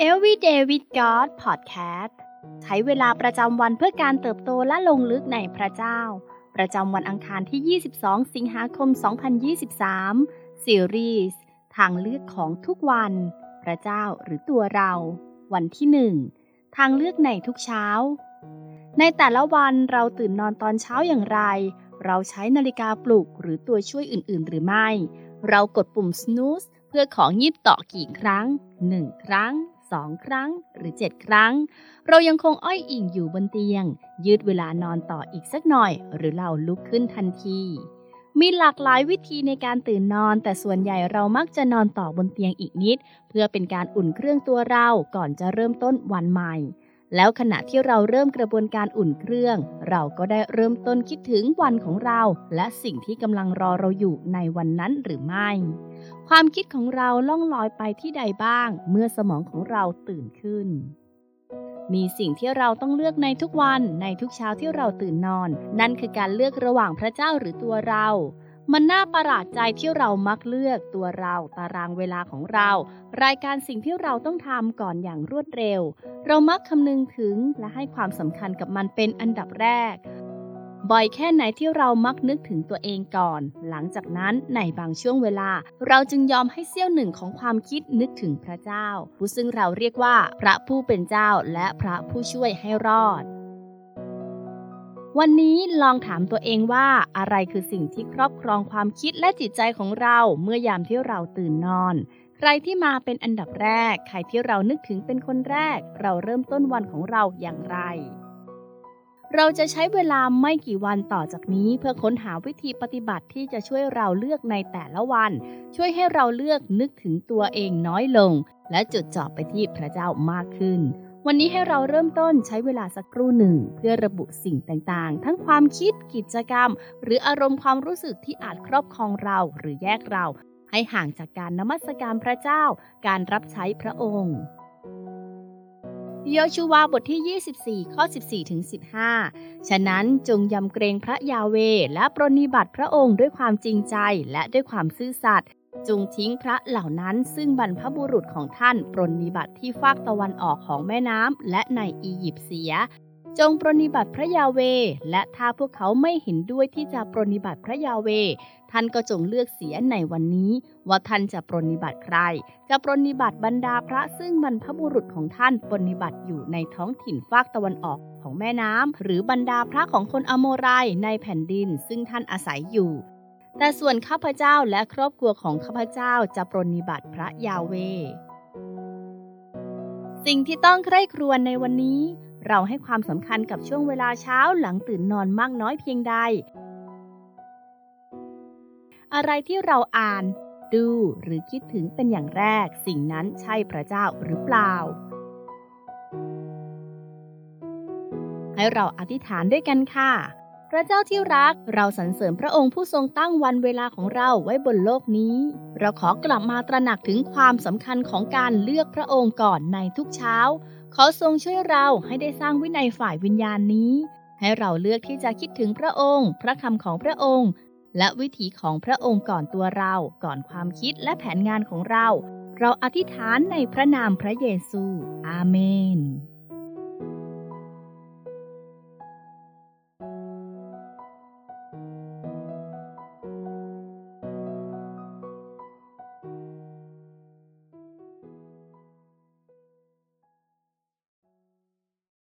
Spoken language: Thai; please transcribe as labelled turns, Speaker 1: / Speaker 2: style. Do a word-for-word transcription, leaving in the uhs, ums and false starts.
Speaker 1: Everyday with God Podcast ใช้เวลาประจำวันเพื่อการเติบโตและลงลึกในพระเจ้าประจำวันอังคารที่ยี่สิบสองสิงหาคมสองพันยี่สิบสามซีรีส์ทางเลือกของทุกวันพระเจ้าหรือตัวเราวันที่หนึ่งทางเลือกในทุกเช้าในแต่ละวันเราตื่นนอนตอนเช้าอย่างไรเราใช้นาฬิกาปลุกหรือตัวช่วยอื่นๆหรือไม่เรากดปุ่ม snooze เพื่อของงีบต่อกี่ครั้งหนึ่งครั้งสองครั้งหรือเจ็ดครั้งเรายังคงอ้อยอิงอยู่บนเตียงยืดเวลานอนต่ออีกสักหน่อยหรือเราลุกขึ้นทันทีมีหลากหลายวิธีในการตื่นนอนแต่ส่วนใหญ่เรามักจะนอนต่อบนเตียงอีกนิดเพื่อเป็นการอุ่นเครื่องตัวเราก่อนจะเริ่มต้นวันใหม่แล้วขณะที่เราเริ่มกระบวนการอุ่นเครื่องเราก็ได้เริ่มต้นคิดถึงวันของเราและสิ่งที่กำลังรอเราอยู่ในวันนั้นหรือไม่ความคิดของเราล่องลอยไปที่ใดบ้างเมื่อสมองของเราตื่นขึ้นมีสิ่งที่เราต้องเลือกในทุกวันในทุกเช้าที่เราตื่นนอนนั่นคือการเลือกระหว่างพระเจ้าหรือตัวเรามันน่าประหลาดใจที่เรามักเลือกตัวเราตารางเวลาของเรารายการสิ่งที่เราต้องทำก่อนอย่างรวดเร็วเรามักคำนึงถึงและให้ความสำคัญกับมันเป็นอันดับแรกบ่อยแค่ไหนที่เรามักนึกถึงตัวเองก่อนหลังจากนั้นในบางช่วงเวลาเราจึงยอมให้เสี้ยวหนึ่งของความคิดนึกถึงพระเจ้าผู้ซึ่งเราเรียกว่าพระผู้เป็นเจ้าและพระผู้ช่วยให้รอดวันนี้ลองถามตัวเองว่าอะไรคือสิ่งที่ครอบครองความคิดและจิตใจของเราเมื่อยามที่เราตื่นนอนใครที่มาเป็นอันดับแรกใครที่เรานึกถึงเป็นคนแรกเราเริ่มต้นวันของเราอย่างไรเราจะใช้เวลาไม่กี่วันต่อจากนี้เพื่อค้นหาวิธีปฏิบัติที่จะช่วยเราเลือกในแต่ละวันช่วยให้เราเลือกนึกถึงตัวเองน้อยลงและจดจ่อไปที่พระเจ้ามากขึ้นวันนี้ให้เราเริ่มต้นใช้เวลาสักครู่หนึ่งเพื่อระบุสิ่งต่างๆทั้งความคิดกิจกรรมหรืออารมณ์ความรู้สึกที่อาจครอบครองเราหรือแยกเราให้ห่างจากการนมัสการพระเจ้าการรับใช้พระองค์โยชูวาบทที่ยี่สิบสี่ข้อสิบสี่ถึงสิบห้าฉะนั้นจงยำเกรงพระยาห์เวห์และปรนนิบัติพระองค์ด้วยความจริงใจและด้วยความซื่อสัตย์จงทิ้งพระเหล่านั้นซึ่งบรรพบุรุษของท่านปรนนิบัติที่ฟากตะวันออกของแม่น้ำและในอียิปต์เสียจงปรนนิบัติพระยาห์เวห์และถ้าพวกเขาไม่เห็นด้วยที่จะปรนนิบัติพระยาห์เวห์ท่านก็จงเลือกเสียในวันนี้ว่าท่านจะปรนนิบัติใครจะปรนนิบัติบรรดาพระซึ่งบรรพบุรุษของท่านปรนนิบัติอยู่ในท้องถิ่นฟากตะวันออกของแม่น้ำหรือบรรดาพระของคนอโมไรในแผ่นดินซึ่งท่านอาศัยอยู่แต่ส่วนข้าพเจ้าและครอบครัวของข้าพเจ้าจะปรนนิบัติพระยาห์เวห์สิ่งที่ต้องใคร่ครวญในวันนี้เราให้ความสำคัญกับช่วงเวลาเช้าหลังตื่นนอนมากน้อยเพียงใดอะไรที่เราอ่านดูหรือคิดถึงเป็นอย่างแรกสิ่งนั้นใช่พระเจ้าหรือเปล่าให้เราอธิษฐานด้วยกันค่ะพระเจ้าที่รักเราสรรเสริญพระองค์ผู้ทรงตั้งวันเวลาของเราไว้บนโลกนี้เราขอกลับมาตระหนักถึงความสำคัญของการเลือกพระองค์ก่อนในทุกเช้าขอทรงช่วยเราให้ได้สร้างวินัยฝ่ายวิญญาณนี้ให้เราเลือกที่จะคิดถึงพระองค์พระคำของพระองค์และวิถีของพระองค์ก่อนตัวเราก่อนความคิดและแผนงานของเราเราอธิษฐานในพระนามพระเยซูอาเมน